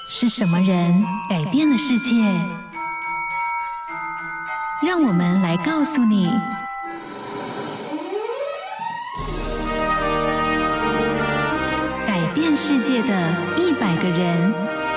是什么人改变了世界？让我们来告诉你。改变世界的100个人。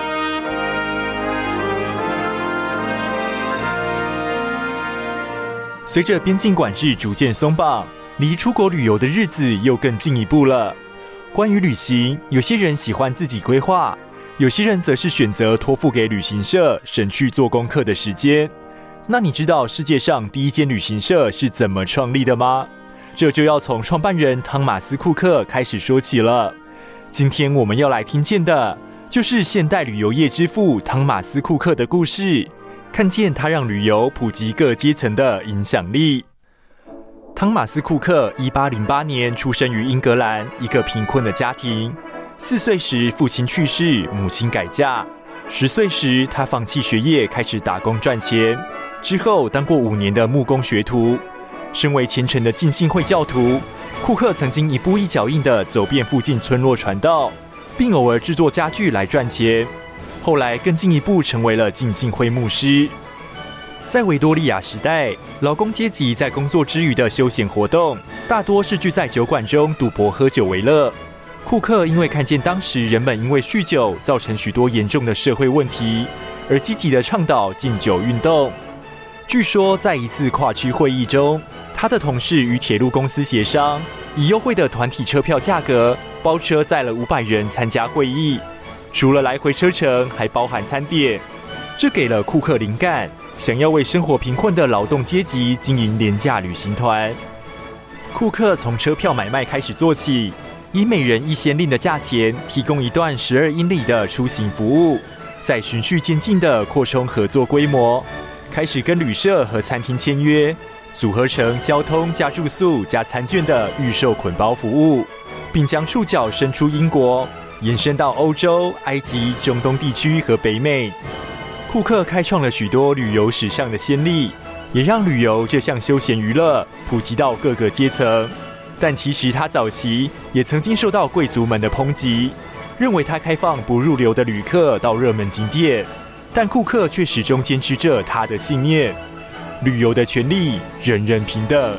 随着边境管制逐渐松绑，离出国旅游的日子又更进一步了。关于旅行，有些人喜欢自己规划，有些人则是选择托付给旅行社，省去做功课的时间。那你知道世界上第一间旅行社是怎么创立的吗？这就要从创办人汤马斯·库克开始说起了。今天我们要来听见的，就是现代旅游业之父汤马斯·库克的故事，看见他让旅游普及各阶层的影响力。汤马斯·库克1808年出生于英格兰一个贫困的家庭。4岁时父亲去世，母亲改嫁。10岁时他放弃学业，开始打工赚钱。之后当过5年的木工学徒。身为虔诚的浸信会教徒，库克曾经一步一脚印地走遍附近村落传道，并偶尔制作家具来赚钱。后来更进一步成为了浸信会牧师。在维多利亚时代，劳工阶级在工作之余的休闲活动，大多是聚在酒馆中赌博喝酒为乐。库克因为看见当时人们因为酗酒造成许多严重的社会问题，而积极地倡导禁酒运动。据说在一次跨区会议中，他的同事与铁路公司协商，以优惠的团体车票价格，包车载了500人参加会议，除了来回车程，还包含餐点。这给了库克灵感，想要为生活贫困的劳动阶级经营廉价旅行团。库克从车票买卖开始做起，以每人1先令的价钱提供一段12英里的出行服务，再循序渐进地扩充合作规模，开始跟旅社和餐厅签约，组合成交通加住宿加餐券的预售捆包服务，并将触角伸出英国，延伸到欧洲、埃及、中东地区和北美。库克开创了许多旅游史上的先例，也让旅游这项休闲娱乐普及到各个阶层。但其实他早期也曾经受到贵族们的抨击，认为他开放不入流的旅客到热门景点。但库克却始终坚持着他的信念：旅游的权利人人平等。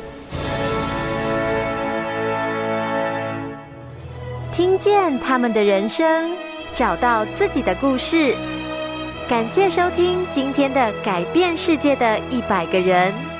听见他们的人生，找到自己的故事。感谢收听今天的改变世界的100个人。